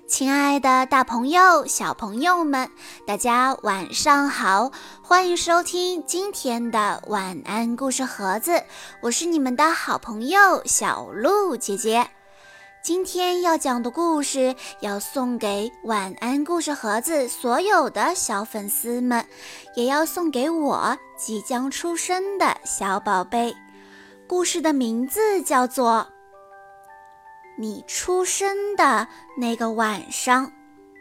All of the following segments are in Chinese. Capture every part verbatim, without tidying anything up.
亲爱的大朋友、小朋友们，大家晚上好，欢迎收听今天的晚安故事盒子，我是你们的好朋友小鹿姐姐。今天要讲的故事要送给晚安故事盒子所有的小粉丝们，也要送给我即将出生的小宝贝。故事的名字叫做你出生的那个晚上。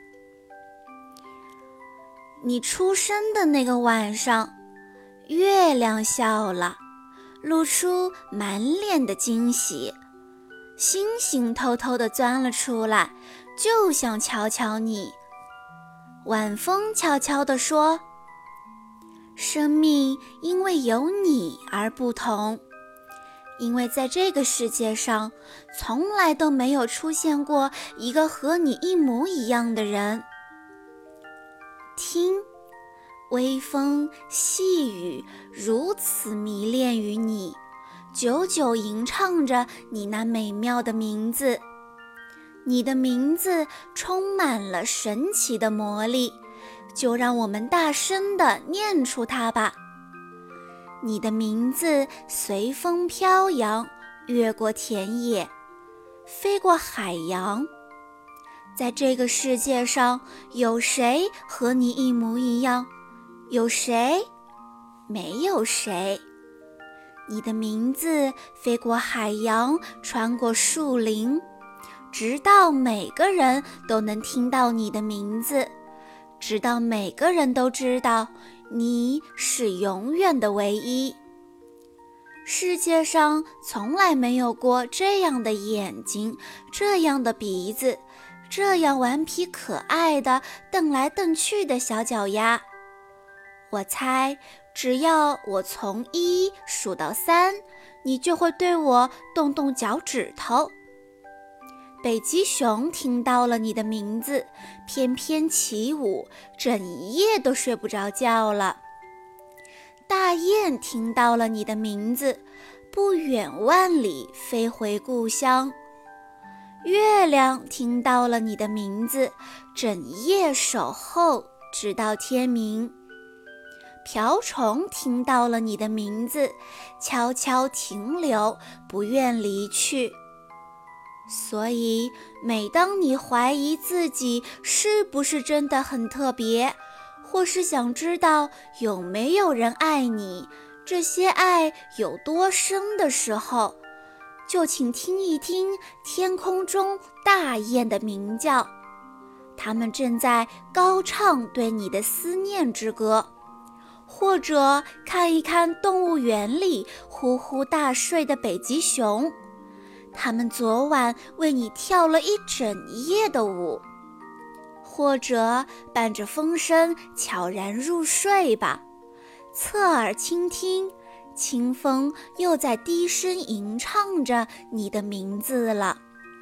你出生的那个晚上，月亮笑了，露出满脸的惊喜。星星偷偷地钻了出来，就想瞧瞧你。晚风悄悄地说，生命因为有你而不同，因为在这个世界上，从来都没有出现过一个和你一模一样的人。听，微风细雨如此迷恋于你，久久吟唱着你那美妙的名字。你的名字充满了神奇的魔力，就让我们大声地念出它吧。你的名字随风飘扬，越过田野，飞过海洋。在这个世界上，有谁和你一模一样？有谁？没有谁。你的名字飞过海洋，穿过树林，直到每个人都能听到你的名字，直到每个人都知道你是永远的唯一。世界上从来没有过这样的眼睛，这样的鼻子，这样顽皮可爱的瞪来瞪去的小脚丫。我猜，只要我从一数到三，你就会对我动动脚趾头。北极熊听到了你的名字，翩翩起舞，整一夜都睡不着觉了。大雁听到了你的名字，不远万里飞回故乡。月亮听到了你的名字，整夜守候，直到天明。瓢虫听到了你的名字，悄悄停留，不愿离去。所以，每当你怀疑自己是不是真的很特别，或是想知道有没有人爱你，这些爱有多深的时候，就请听一听天空中大雁的鸣叫，它们正在高唱对你的思念之歌。或者看一看动物园里呼呼大睡的北极熊，他们昨晚为你跳了一整夜的舞。或者伴着风声悄然入睡吧，侧耳倾听，清风又在低声吟唱着你的名字了。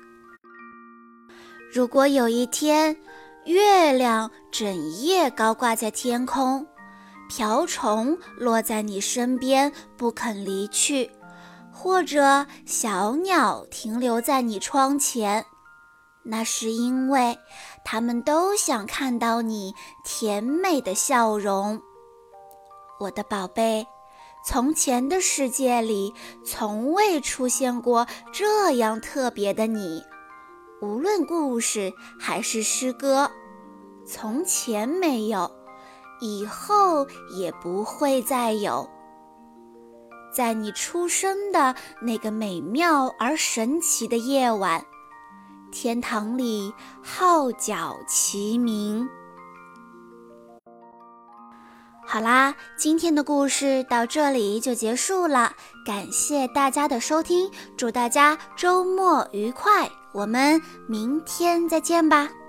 如果有一天，月亮整夜高挂在天空，瓢虫落在你身边不肯离去，或者小鸟停留在你窗前，那是因为它们都想看到你甜美的笑容。我的宝贝，从前的世界里从未出现过这样特别的你，无论故事还是诗歌，从前没有，以后也不会再有。在你出生的那个美妙而神奇的夜晚，天堂里号角齐鸣。好啦，今天的故事到这里就结束了，感谢大家的收听，祝大家周末愉快，我们明天再见吧。